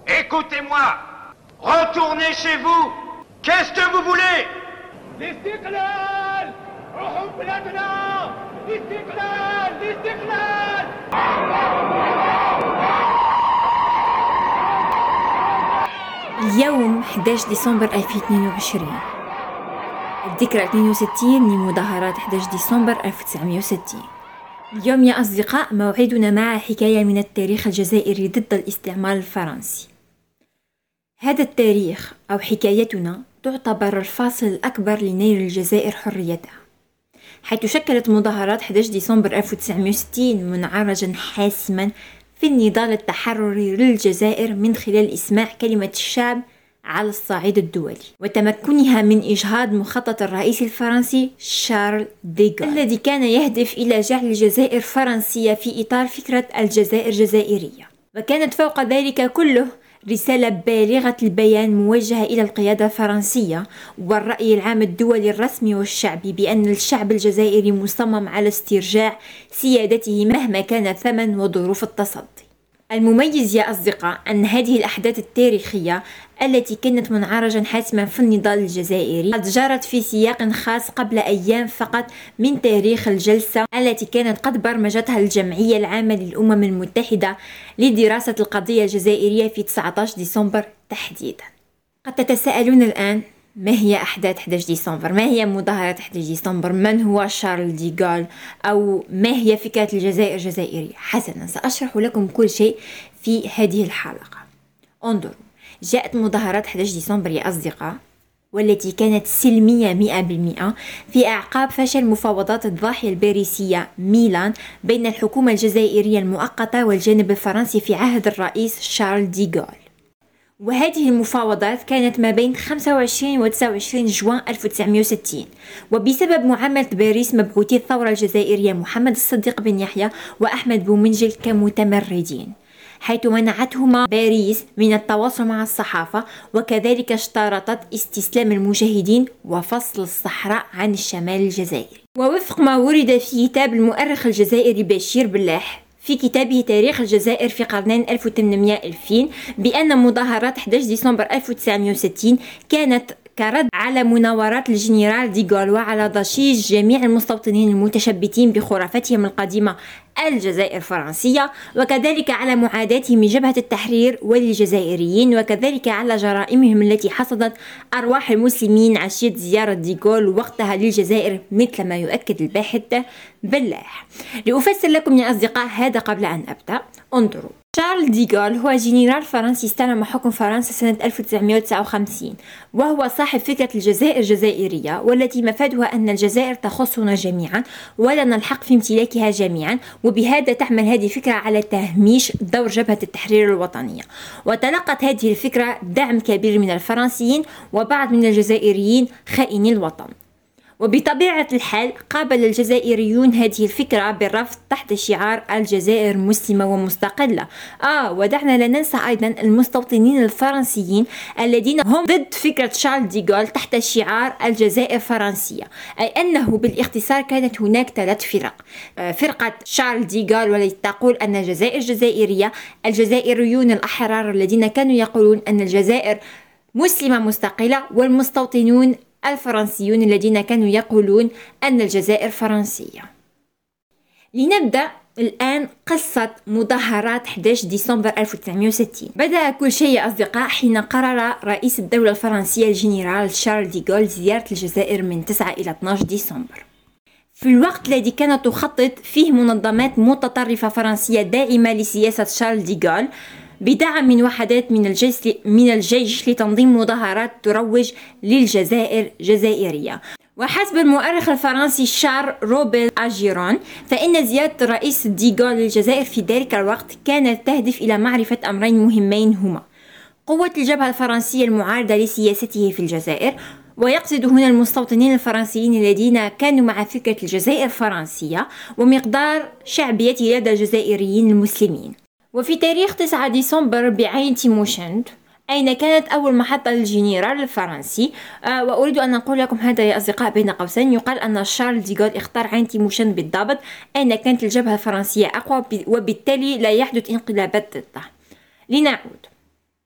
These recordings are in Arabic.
Écoutez-moi. Retournez chez vous. Qu'est-ce que vous voulez? الاستقلال! روحوا بلادنا! الاستقلال! الاستقلال! اليوم 11 ديسمبر 2022، الذكرى 62 لمظاهرات 11 ديسمبر 1960. اليوم يا أصدقاء موعدنا مع حكاية من التاريخ الجزائري ضد الاستعمار الفرنسي. هذا التاريخ أو حكايتنا تعتبر الفاصل الأكبر لنيل الجزائر حريتها، حيث شكلت مظاهرات 11 ديسمبر 1960 منعرجا حاسما في النضال التحرري للجزائر من خلال إسماع كلمة الشعب على الصعيد الدولي، وتمكنها من إجهاض مخطط الرئيس الفرنسي شارل ديغول الذي كان يهدف إلى جعل الجزائر فرنسية في إطار فكرة الجزائر جزائرية. وكانت فوق ذلك كله رسالة بالغة البيان موجهة إلى القيادة الفرنسية والرأي العام الدولي الرسمي والشعبي بأن الشعب الجزائري مصمم على استرجاع سيادته مهما كان الثمن وظروف التصدي. المميز يا أصدقاء أن هذه الأحداث التاريخية التي كانت منعرجا حاسما في النضال الجزائري قد جرت في سياق خاص قبل أيام فقط من تاريخ الجلسة التي كانت قد برمجتها الجمعية العامة للأمم المتحدة لدراسة القضية الجزائرية في 19 ديسمبر تحديدا. قد تتساءلون الآن، ما هي أحداث 11 ديسمبر؟ ما هي مظاهرات 11 ديسمبر؟ من هو شارل ديغول؟ أو ما هي فكرة الجزائر الجزائرية؟ حسنا، سأشرح لكم كل شيء في هذه الحلقة. انظروا، جاءت مظاهرات 11 ديسمبر يا أصدقاء والتي كانت سلمية 100% في أعقاب فشل مفاوضات الضاحية الباريسية ميلان بين الحكومة الجزائرية المؤقتة والجانب الفرنسي في عهد الرئيس شارل ديغول. وهذه المفاوضات كانت ما بين 25 و 29 جوان 1960، وبسبب معاملة باريس مبعوثي الثورة الجزائرية محمد الصديق بن يحيى وأحمد بومنجل كمتمردين، حيث منعتهما باريس من التواصل مع الصحافة، وكذلك اشترطت استسلام المجاهدين وفصل الصحراء عن الشمال الجزائري. ووفق ما ورد في كتاب المؤرخ الجزائري بشير بلاح في كتابه تاريخ الجزائر في قرنين 1800-2000 بأن مظاهرات 11 ديسمبر 1960 كانت كرد على مناورات الجنرال ديغول وعلى ضجيج جميع المستوطنين المتشبتين بخرافتهم القديمة الجزائر فرنسية، وكذلك على معاداتهم جبهة التحرير وللجزائريين، وكذلك على جرائمهم التي حصدت أرواح المسلمين عشية زيارة ديغول وقتها للجزائر، مثل ما يؤكد الباحث بلاح. لأفسر لكم يا أصدقاء هذا قبل أن أبدأ، انظروا. شارل ديغول هو جنرال فرنسي استلم حكم فرنسا سنة 1959، وهو صاحب فكرة الجزائر الجزائرية، والتي مفادها أن الجزائر تخصنا جميعا ولنا الحق في امتلاكها جميعا، وبهذا تعمل هذه الفكرة على تهميش دور جبهة التحرير الوطنية. وتلقت هذه الفكرة دعم كبير من الفرنسيين وبعض من الجزائريين خائني الوطن. وبطبيعة الحال قابل الجزائريون هذه الفكرة بالرفض تحت شعار الجزائر مسلمة ومستقلة. ودعنا لا ننسى أيضا المستوطنين الفرنسيين الذين هم ضد فكرة شارل ديغول تحت شعار الجزائر فرنسية، أي أنه بالاختصار كانت هناك 3 فرق. فرقة شارل ديغول والتي تقول أن الجزائر جزائرية، الجزائريون الأحرار الذين كانوا يقولون أن الجزائر مسلمة مستقلة، والمستوطنون الفرنسيون الذين كانوا يقولون أن الجزائر فرنسية. لنبدأ الآن قصة مظاهرات 11 ديسمبر 1960. بدأ كل شيء يا أصدقاء حين قرر رئيس الدولة الفرنسية الجنرال شارل ديغول زيارة الجزائر من 9 إلى 12 ديسمبر، في الوقت الذي كانت تخطط فيه منظمات متطرفة فرنسية داعمة لسياسة شارل ديغول بدعم من وحدات من الجيش لتنظيم مظاهرات تروج للجزائر جزائرية. وحسب المؤرخ الفرنسي شار روبل أجيرون، فإن زيارة الرئيس ديغول للجزائر في ذلك الوقت كانت تهدف إلى معرفة أمرين مهمين، هما قوة الجبهة الفرنسية المعارضة لسياسته في الجزائر، ويقصد هنا المستوطنين الفرنسيين الذين كانوا مع فكرة الجزائر الفرنسية، ومقدار شعبيته لدى الجزائريين المسلمين. وفي تاريخ 9 ديسمبر بعين تيموشنت، أين كانت أول محطة للجنرال الفرنسي، وأريد أن أقول لكم هذا يا أصدقاء بين قوسين، يقال أن شارل ديغول اختار عين تيموشنت بالضبط أين كانت الجبهة الفرنسية أقوى، وبالتالي لا يحدث انقلابات ضده. لنعود.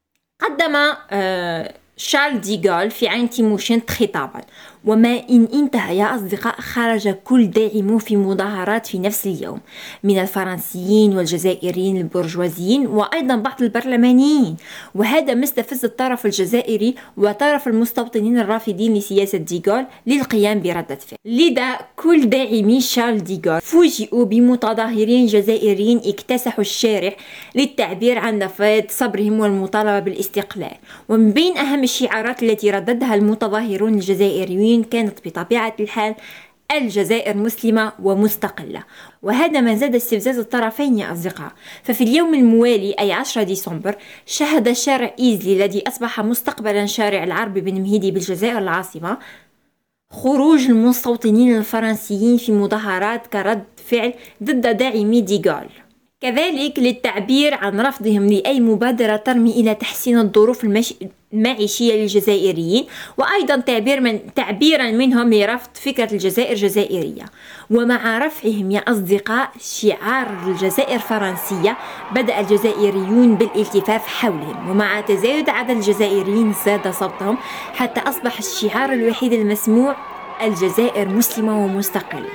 قدم شارل ديغول في عين تيموشنت خطابا، وما إن انتهى يا أصدقاء خرج كل داعمو في مظاهرات في نفس اليوم من الفرنسيين والجزائريين البرجوازيين وأيضا بعض البرلمانيين، وهذا ما استفز الطرف الجزائري وطرف المستوطنين الرافضين لسياسة ديغول للقيام بردة فعل. لذا كل داعمي شارل ديغول فوجئوا بمتظاهرين جزائريين اكتسحوا الشارع للتعبير عن نفاذ صبرهم والمطالبة بالاستقلال. ومن بين أهم الشعارات التي رددها المتظاهرون الجزائريين كانت بطبيعة الحال الجزائر مسلمة ومستقلة، وهذا ما زاد استفزاز الطرفين يا أصدقاء. ففي اليوم الموالي أي 10 ديسمبر شهد شارع إيزلي الذي أصبح مستقبلا شارع العربي بن مهيدي بالجزائر العاصمة خروج المستوطنين الفرنسيين في مظاهرات كرد فعل ضد داعمي ديغول، كذلك للتعبير عن رفضهم لأي مبادرة ترمي إلى تحسين الظروف المعيشية للجزائريين، وأيضا تعبيرا منهم لرفض فكرة الجزائر جزائرية. ومع رفعهم يا أصدقاء شعار الجزائر فرنسية بدأ الجزائريون بالالتفاف حولهم، ومع تزايد عدد الجزائريين زاد صوتهم حتى أصبح الشعار الوحيد المسموع الجزائر مسلمة ومستقلة.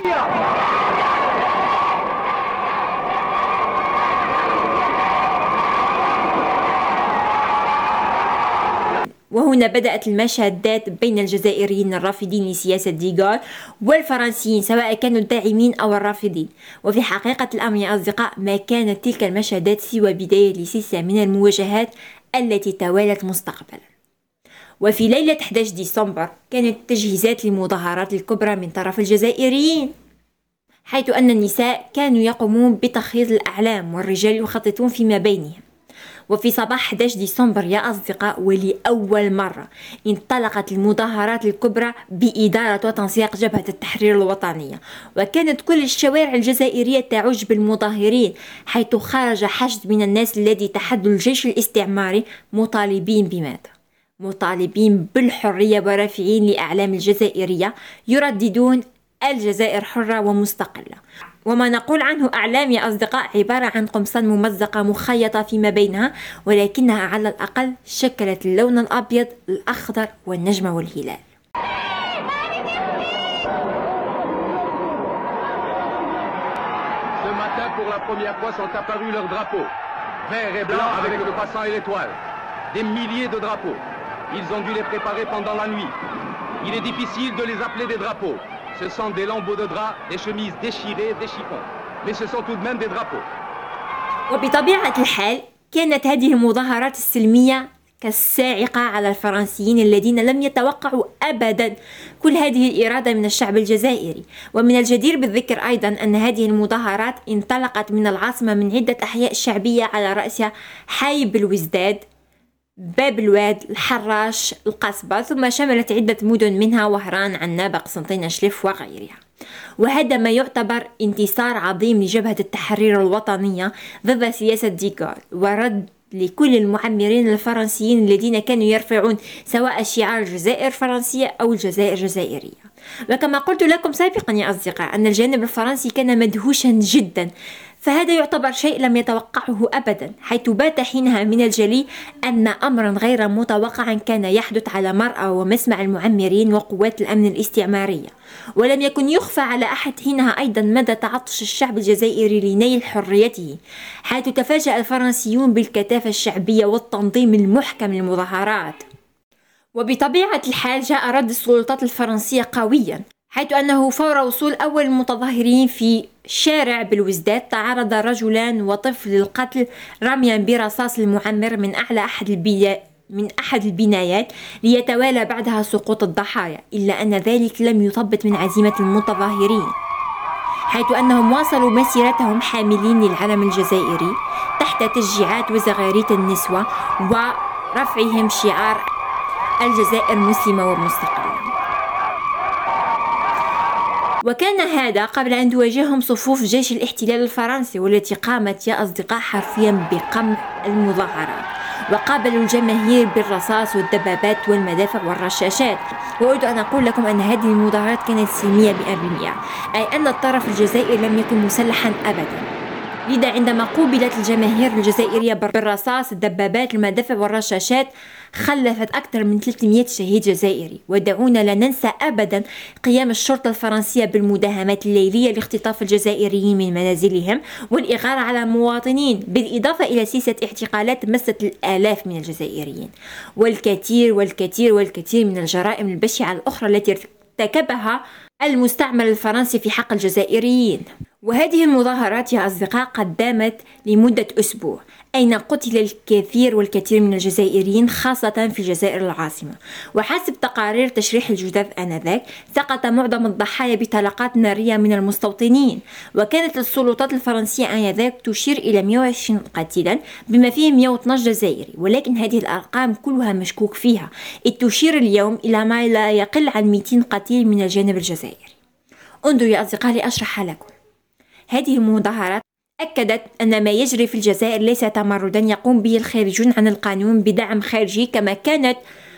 وهنا بدأت المشادات بين الجزائريين الرافضين لسياسة ديغول والفرنسيين سواء كانوا الداعمين أو الرافضين. وفي حقيقة الأمر يا أصدقاء ما كانت تلك المشادات سوى بداية لسلسلة من المواجهات التي توالت مستقبلا. وفي ليلة 11 ديسمبر كانت التجهيزات للمظاهرات الكبرى من طرف الجزائريين، حيث أن النساء كانوا يقومون بتخييط الأعلام والرجال يخططون فيما بينهم. وفي صباح 11 ديسمبر يا أصدقاء ولأول مرة انطلقت المظاهرات الكبرى بإدارة وتنسيق جبهة التحرير الوطنية، وكانت كل الشوارع الجزائرية تعج بالمظاهرين، حيث خرج حشد من الناس الذي تحدوا الجيش الاستعماري مطالبين بماذا؟ مطالبين بالحرية ورافعين لأعلام الجزائرية يرددون الجزائر حرة ومستقلة. وما نقول عنه أعلام يا أصدقاء عبارة عن قمصان ممزقة مخيطة فيما بينها، ولكنها على الأقل شكلت اللون الأبيض الأخضر والنجمة والهلال. Ce matin, pour la première fois, sont apparus leurs drapeaux, vert et blanc avec le croissant et l'étoile. Des milliers de drapeaux. Ils ont dû les préparer pendant la nuit. Il est difficile de les appeler des drapeaux. Ce sont des lambeaux de drap, des chemises déchirées, des chiffons. Mais ce sont tout de même des drapeaux. وبطبيعة الحال كانت هذه المظاهرات السلمية كالصاعقة على الفرنسيين الذين لم يتوقعوا أبدا كل هذه الإرادة من الشعب الجزائري. ومن الجدير بالذكر أيضا أن هذه المظاهرات انطلقت من العاصمة من عدة أحياء شعبية على رأسها حي بالوزداد، باب الواد، الحراش، القصبة، ثم شملت عدة مدن منها وهران، عنابة، قسنطينة، شلف وغيرها. وهذا ما يعتبر انتصار عظيم لجبهة التحرير الوطنية ضد سياسة ديغول، ورد لكل المعمرين الفرنسيين الذين كانوا يرفعون سواء شعار الجزائر فرنسية أو الجزائر جزائرية. وكما قلت لكم سابقا يا أصدقاء أن الجانب الفرنسي كان مدهوشا جدا، فهذا يعتبر شيء لم يتوقعه أبدا، حيث بات حينها من الجلي أن أمرا غير متوقع كان يحدث على مرأى ومسمع المعمرين وقوات الأمن الاستعمارية. ولم يكن يخفى على أحد حينها أيضا مدى تعطش الشعب الجزائري لنيل حريته، حيث تفاجأ الفرنسيون بالكثافة الشعبية والتنظيم المحكم للمظاهرات. وبطبيعة الحال جاء رد السلطات الفرنسية قويا، حيث أنه فور وصول أول المتظاهرين في شارع بالوزداد تعرض رجلان وطفل للقتل رميا برصاص المعمر من أحد البنايات، ليتوالى بعدها سقوط الضحايا، إلا أن ذلك لم يثبط من عزيمة المتظاهرين، حيث أنهم واصلوا مسيرتهم حاملين للعلم الجزائري تحت تشجيعات وزغاريت النسوة ورفعهم شعار الجزائر مسلمة ومستقلة. وكان هذا قبل أن تواجههم صفوف جيش الاحتلال الفرنسي، والتي قامت يا أصدقاء حرفيا بقمع المظاهرات، وقابلوا الجماهير بالرصاص والدبابات والمدافع والرشاشات. وأريد أن أقول لكم أن هذه المظاهرات كانت سلمية 100%، أي أن الطرف الجزائري لم يكن مسلحا أبدا. لذا عندما قوبلت الجماهير الجزائرية بالرصاص، الدبابات، المدافع والرشاشات، خلفت أكثر من 300 شهيد جزائري. ودعونا لا ننسى أبدا قيام الشرطة الفرنسية بالمداهمات الليلية لاختطاف الجزائريين من منازلهم والإغارة على المواطنين، بالإضافة إلى سلسلة اعتقالات مست الآلاف من الجزائريين، والكثير والكثير والكثير من الجرائم البشعة الأخرى التي ارتكبها المستعمر الفرنسي في حق الجزائريين. وهذه المظاهرات يا أصدقاء قد دامت لمدة أسبوع، أين قتل الكثير والكثير من الجزائريين خاصة في الجزائر العاصمة. وحسب تقارير تشريح الجثث آنذاك سقط معظم الضحايا بطلقات نارية من المستوطنين، وكانت السلطات الفرنسية آنذاك تشير إلى 120 قتيلا بما فيهم 112 جزائري، ولكن هذه الأرقام كلها مشكوك فيها، إذ تشير اليوم إلى ما لا يقل عن 200 قتيل من الجانب الجزائري. انظروا يا أصدقاء لأشرح لكم. هذه المظاهرات أكدت أن ما يجري في الجزائر ليس تمردا يقوم به الخارجون عن القانون بدعم خارجي كما كانت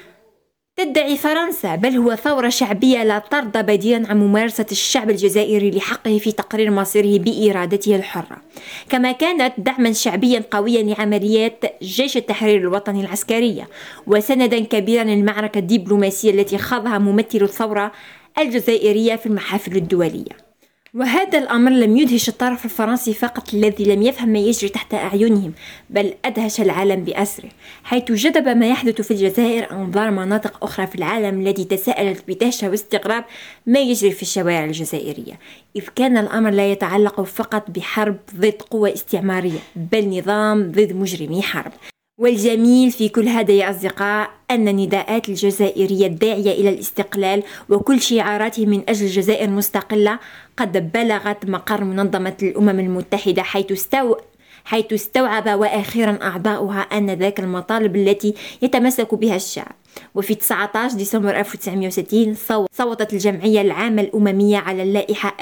تدعي فرنسا، بل هو ثورة شعبية لا ترضى بديلا عن ممارسة الشعب الجزائري لحقه في تقرير مصيره بإرادته الحرة، كما كانت دعما شعبيا قويا لعمليات جيش التحرير الوطني العسكرية، وسندا كبيرا للمعركة الدبلوماسية التي خاضها ممثل الثورة الجزائرية في المحافل الدولية. وهذا الأمر لم يدهش الطرف الفرنسي فقط الذي لم يفهم ما يجري تحت أعينهم، بل أدهش العالم بأسره، حيث جذب ما يحدث في الجزائر أنظار مناطق أخرى في العالم التي تساءلت بدهشة واستغراب ما يجري في الشوارع الجزائرية، إذ كان الأمر لا يتعلق فقط بحرب ضد قوى استعمارية، بل نظام ضد مجرمي حرب. والجميل في كل هذا يا أصدقاء أن النداءات الجزائرية الداعية إلى الاستقلال وكل شعاراته من أجل الجزائر مستقلة قد بلغت مقر منظمة الأمم المتحدة، حيث استوعب وأخيرا أعضاؤها آنذاك المطالب التي يتمسك بها الشعب. وفي 19 ديسمبر 1960 صوتت الجمعية العامة الأممية على اللائحة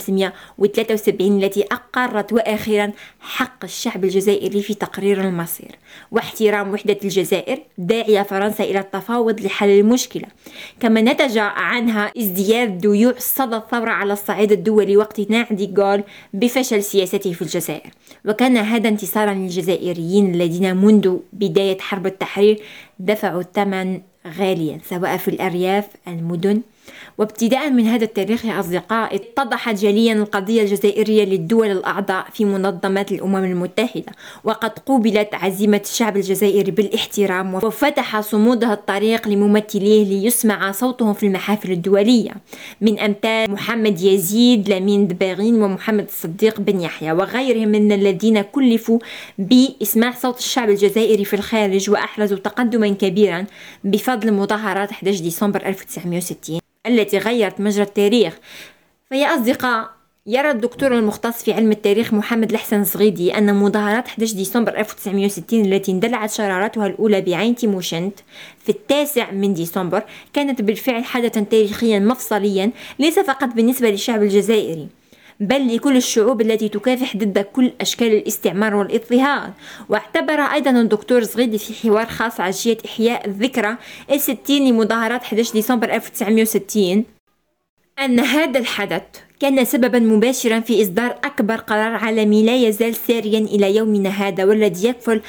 1573 التي أقرت وأخيرا حق الشعب الجزائري في تقرير المصير واحترام وحدة الجزائر، داعية فرنسا إلى التفاوض لحل المشكلة، كما نتج عنها ازدياد ديوع صدى الثورة على الصعيد الدولي واقتناع ديغول بفشل سياسته في الجزائر. وكان هذا انتصارا للجزائريين الذين منذ بداية حرب التحرير دفعوا الثمن غاليا سواء في الأرياف المدن. وابتداء من هذا التاريخ يا أصدقاء اتضحت جليا القضية الجزائرية للدول الأعضاء في منظمة الأمم المتحدة، وقد قوبلت عزيمة الشعب الجزائري بالاحترام وفتح صمودها الطريق لممثليه ليسمع صوتهم في المحافل الدولية من أمثال محمد يزيد لامين دباغين ومحمد الصديق بن يحيى وغيرهم من الذين كلفوا بإسماع صوت الشعب الجزائري في الخارج، وأحرزوا تقدما كبيرا بفضل مظاهرات 11 ديسمبر 1960 التي غيرت مجرى التاريخ. فيا أصدقاء، يرى الدكتور المختص في علم التاريخ محمد الحسن الصغيدي أن مظاهرات 11 ديسمبر 1960 التي اندلعت شرارتها الأولى بعين تيموشنت في 9 ديسمبر كانت بالفعل حدثا تاريخيا مفصليا، ليس فقط بالنسبة للشعب الجزائري بل لكل الشعوب التي تكافح ضد كل أشكال الاستعمار والاضطهاد. واعتبر أيضا الدكتور صغيدي في حوار خاص عشية إحياء الذكرى 60 لمظاهرات 11 ديسمبر 1960 أن هذا الحدث كان سببا مباشرا في إصدار أكبر قرار عالمي لا يزال ساريا إلى يومنا هذا، والذي يكفل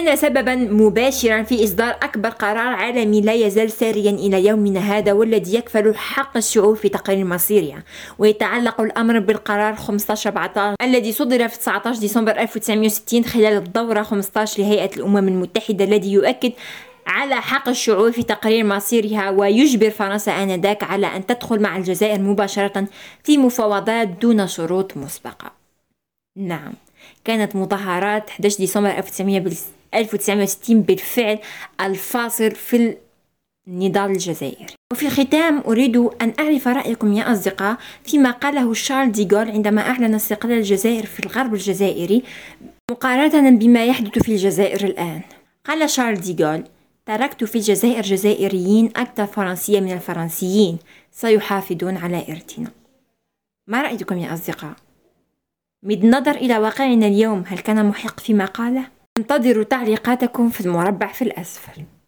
حق الشعوب في تقرير مصيرها. ويتعلق الأمر بالقرار 1514 الذي صدر في 19 ديسمبر 1960 خلال الدورة 15 لهيئة الأمم المتحدة، الذي يؤكد على حق الشعوب في تقرير مصيرها ويجبر فرنسا آنذاك على أن تدخل مع الجزائر مباشرة في مفاوضات دون شروط مسبقة. نعم، كانت مظاهرات 11 ديسمبر 1960 بالفعل الفاصل في النضال الجزائري. وفي الختام أريد أن أعرف رأيكم يا أصدقاء فيما قاله شارل ديغول عندما أعلن استقلال الجزائر في الغرب الجزائري مقارنة بما يحدث في الجزائر الآن. قال شارل ديغول: تركت في الجزائر جزائريين أكثر فرنسية من الفرنسيين سيحافظون على إرثنا. ما رأيكم يا أصدقاء؟ بالنظر إلى واقعنا اليوم، هل كان محق فيما قاله؟ انتظروا تعليقاتكم في المربع في الأسفل.